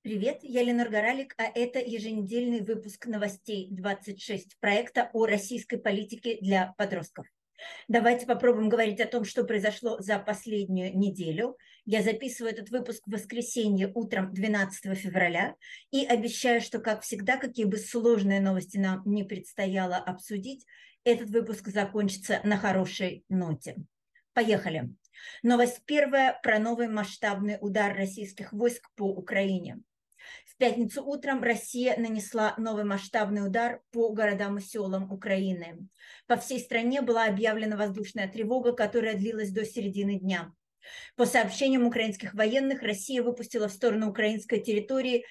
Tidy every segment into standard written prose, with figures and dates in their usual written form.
Привет, я Ленар Горалик, а это еженедельный выпуск новостей 26 проекта о российской политике для подростков. Давайте попробуем говорить о том, что произошло за последнюю неделю. Я записываю этот выпуск в воскресенье утром 12 февраля и обещаю, что, как всегда, какие бы сложные новости нам не предстояло обсудить, этот выпуск закончится на хорошей ноте. Поехали. Новость первая про новый масштабный удар российских войск по Украине. В пятницу утром Россия нанесла новый масштабный удар по городам и селам Украины. По всей стране была объявлена воздушная тревога, которая длилась до середины дня. По сообщениям украинских военных, Россия выпустила в сторону украинской территории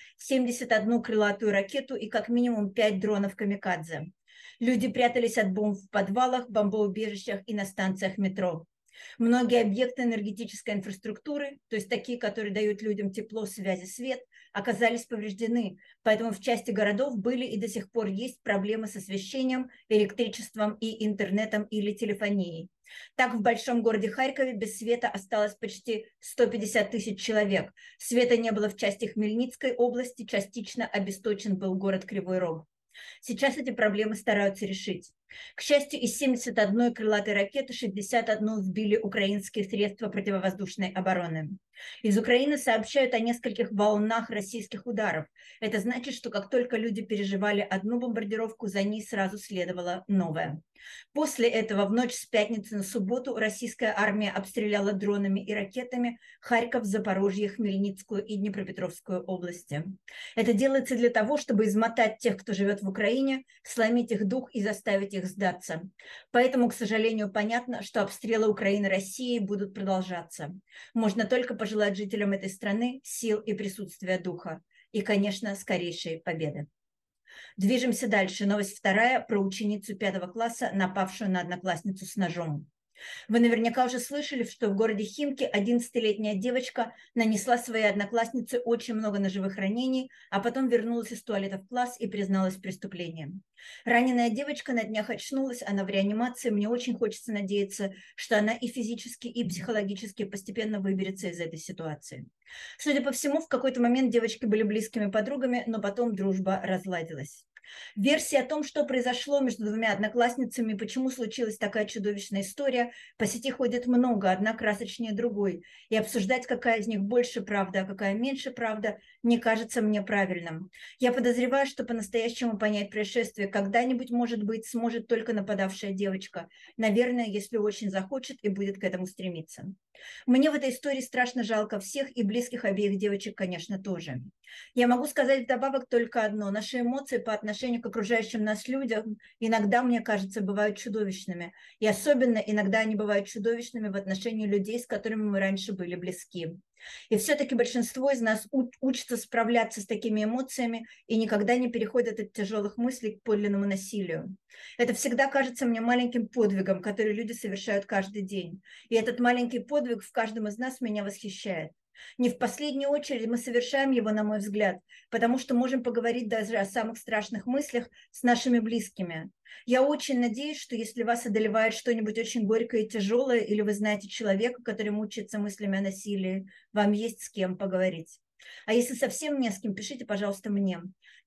71 крылатую ракету и как минимум 5 дронов «Камикадзе». Люди прятались от бомб в подвалах, бомбоубежищах и на станциях метро. Многие объекты энергетической инфраструктуры, то есть такие, которые дают людям тепло, связи, свет, оказались повреждены. Поэтому в части городов были и до сих пор есть проблемы с освещением, электричеством и интернетом или телефонией. Так, в большом городе Харькове без света осталось почти 150 тысяч человек. Света не было в части Хмельницкой области, частично обесточен был город Кривой Рог. Сейчас эти проблемы стараются решить. К счастью, из 71 крылатой ракеты 61 сбили украинские средства противовоздушной обороны. Из Украины сообщают о нескольких волнах российских ударов. Это значит, что как только люди переживали одну бомбардировку, за ней сразу следовала новая. После этого в ночь с пятницы на субботу российская армия обстреляла дронами и ракетами Харьков, Запорожье, Хмельницкую и Днепропетровскую области. Это делается для того, чтобы измотать тех, кто живет в Украине, сломить их дух и заставить их сдаться. Поэтому, к сожалению, понятно, что обстрелы Украины Россией будут продолжаться. Можно только пожелать жителям этой страны сил и присутствия духа. И, конечно, скорейшей победы. Движемся дальше. Новость вторая про ученицу 5 класса, напавшую на одноклассницу с ножом. Вы наверняка уже слышали, что в городе Химки 11-летняя девочка нанесла своей однокласснице очень много ножевых ранений, а потом вернулась из туалета в класс и призналась в преступлении. Раненая девочка на днях очнулась, она в реанимации. Мне очень хочется надеяться, что она и физически, и психологически постепенно выберется из этой ситуации. Судя по всему, в какой-то момент девочки были близкими подругами, но потом дружба разладилась. Версии о том, что произошло между двумя одноклассницами, почему случилась такая чудовищная история, по сети ходит много, одна красочнее другой. И обсуждать, какая из них больше правда, а какая меньше правда, не кажется мне правильным. Я подозреваю, что по-настоящему понять происшествие когда-нибудь, может быть, сможет только нападавшая девочка. Наверное, если очень захочет и будет к этому стремиться. Мне в этой истории страшно жалко всех, и близких обеих девочек, конечно, тоже. Я могу сказать вдобавок только одно. Наши эмоции по отношению к окружающим нас людям иногда, мне кажется, бывают чудовищными. И особенно иногда они бывают чудовищными в отношении людей, с которыми мы раньше были близки. И все-таки большинство из нас учится справляться с такими эмоциями и никогда не переходят от тяжелых мыслей к подлинному насилию. Это всегда кажется мне маленьким подвигом, который люди совершают каждый день. И этот маленький подвиг в каждом из нас меня восхищает. Не в последнюю очередь мы совершаем его, на мой взгляд, потому что можем поговорить даже о самых страшных мыслях с нашими близкими. Я очень надеюсь, что если вас одолевает что-нибудь очень горькое и тяжелое, или вы знаете человека, который мучается мыслями о насилии, вам есть с кем поговорить. А если совсем не с кем, пишите, пожалуйста, мне.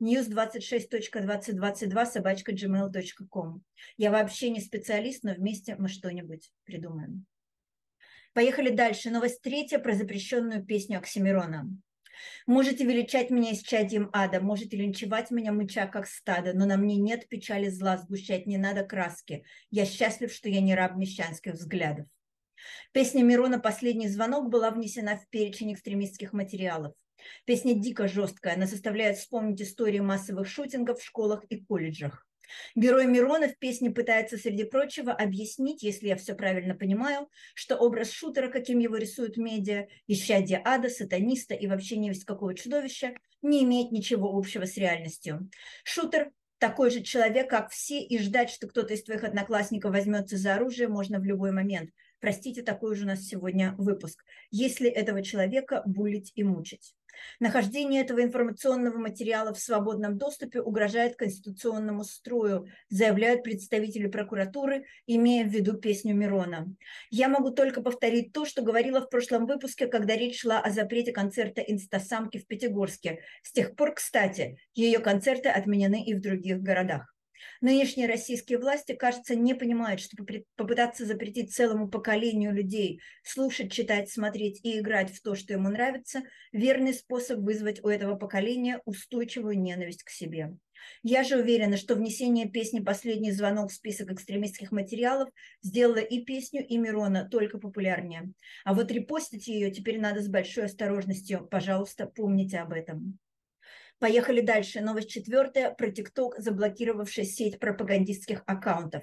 news26.2022@gmail.com. Я вообще не специалист, но вместе мы что-нибудь придумаем. Поехали дальше. Новость третья про запрещенную песню Оксимирона. Можете величать меня исчадьем ада, можете линчевать меня, мыча, как стадо, но на мне нет печали зла, сгущать не надо краски. Я счастлив, что я не раб мещанских взглядов. Песня Мирона «Последний звонок» была внесена в перечень экстремистских материалов. Песня дико жесткая, она заставляет вспомнить истории массовых шутингов в школах и колледжах. Герой Мирона в песне пытается, среди прочего, объяснить, если я все правильно понимаю, что образ шутера, каким его рисуют медиа, исчадие ада, сатаниста и вообще невесть какого чудовища, не имеет ничего общего с реальностью. Шутер такой же человек, как все, и ждать, что кто-то из твоих одноклассников возьмется за оружие, можно в любой момент. Простите, такой же у нас сегодня выпуск. Если этого человека булить и мучить. Нахождение этого информационного материала в свободном доступе угрожает конституционному строю, заявляют представители прокуратуры, имея в виду песню Мирона. Я могу только повторить то, что говорила в прошлом выпуске, когда речь шла о запрете концерта «Инстасамки» в Пятигорске. С тех пор, кстати, ее концерты отменены и в других городах. Нынешние российские власти, кажется, не понимают, что попытаться запретить целому поколению людей слушать, читать, смотреть и играть в то, что ему нравится, верный способ вызвать у этого поколения устойчивую ненависть к себе. Я же уверена, что внесение песни «Последний звонок» в список экстремистских материалов сделало и песню, и Мирона только популярнее. А вот репостить ее теперь надо с большой осторожностью. Пожалуйста, помните об этом. Поехали дальше. Новость 4 про ТикТок, заблокировавший сеть пропагандистских аккаунтов.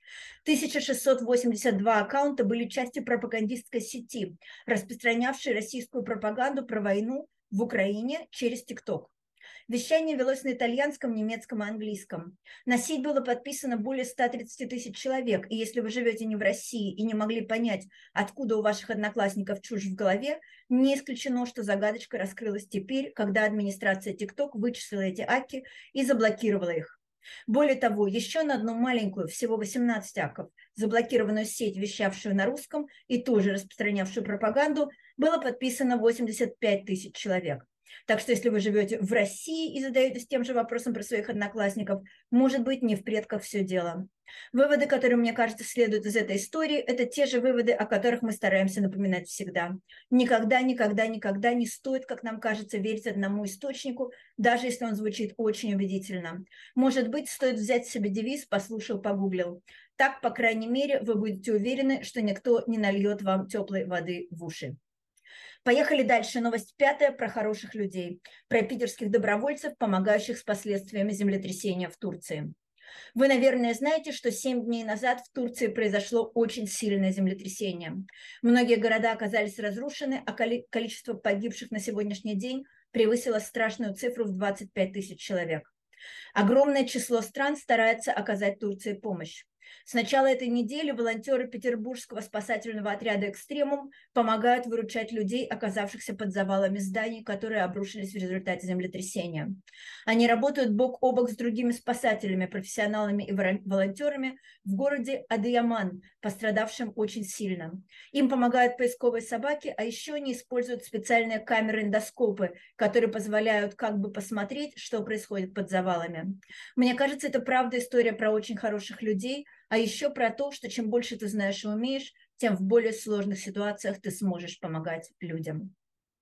1682 аккаунта были частью пропагандистской сети, распространявшей российскую пропаганду про войну в Украине через ТикТок. Вещание велось на итальянском, немецком и английском. На сеть было подписано более 130 тысяч человек, и если вы живете не в России и не могли понять, откуда у ваших одноклассников чушь в голове, не исключено, что загадочка раскрылась теперь, когда администрация TikTok вычислила эти аки и заблокировала их. Более того, еще на одну маленькую, всего 18 акков, заблокированную сеть, вещавшую на русском и тоже распространявшую пропаганду, было подписано 85 тысяч человек. Так что если вы живете в России и задаетесь тем же вопросом про своих одноклассников, может быть, не в предках все дело. Выводы, которые, мне кажется, следуют из этой истории, это те же выводы, о которых мы стараемся напоминать всегда. Никогда, никогда, никогда не стоит, как нам кажется, верить одному источнику, даже если он звучит очень убедительно. Может быть, стоит взять себе девиз «послушал, погуглил». Так, по крайней мере, вы будете уверены, что никто не нальет вам теплой воды в уши. Поехали дальше. Новость 5 про хороших людей, про питерских добровольцев, помогающих с последствиями землетрясения в Турции. Вы, наверное, знаете, что 7 дней назад в Турции произошло очень сильное землетрясение. Многие города оказались разрушены, а количество погибших на сегодняшний день превысило страшную цифру в 25 тысяч человек. Огромное число стран старается оказать Турции помощь. С начала этой недели волонтеры петербургского спасательного отряда «Экстремум» помогают выручать людей, оказавшихся под завалами зданий, которые обрушились в результате землетрясения. Они работают бок о бок с другими спасателями, профессионалами и волонтерами в городе Адыяман, пострадавшим очень сильно. Им помогают поисковые собаки, а еще они используют специальные камеры-эндоскопы, которые позволяют как бы посмотреть, что происходит под завалами. Мне кажется, это правда история про очень хороших людей, а еще про то, что чем больше ты знаешь и умеешь, тем в более сложных ситуациях ты сможешь помогать людям.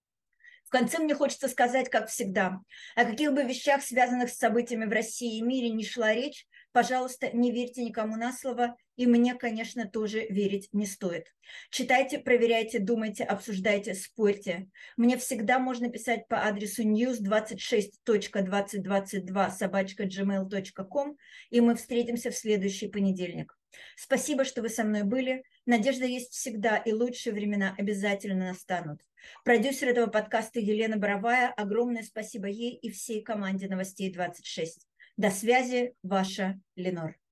В конце мне хочется сказать, как всегда, о каких бы вещах, связанных с событиями в России и мире, не шла речь, пожалуйста, не верьте никому на слово, и мне, конечно, тоже верить не стоит. Читайте, проверяйте, думайте, обсуждайте, спорьте. Мне всегда можно писать по адресу news26.2022@gmail.com, и мы встретимся в следующий понедельник. Спасибо, что вы со мной были. Надежда есть всегда, и лучшие времена обязательно настанут. Продюсер этого подкаста Елена Боровая. Огромное спасибо ей и всей команде «Новостей 26». До связи, ваша Ленор.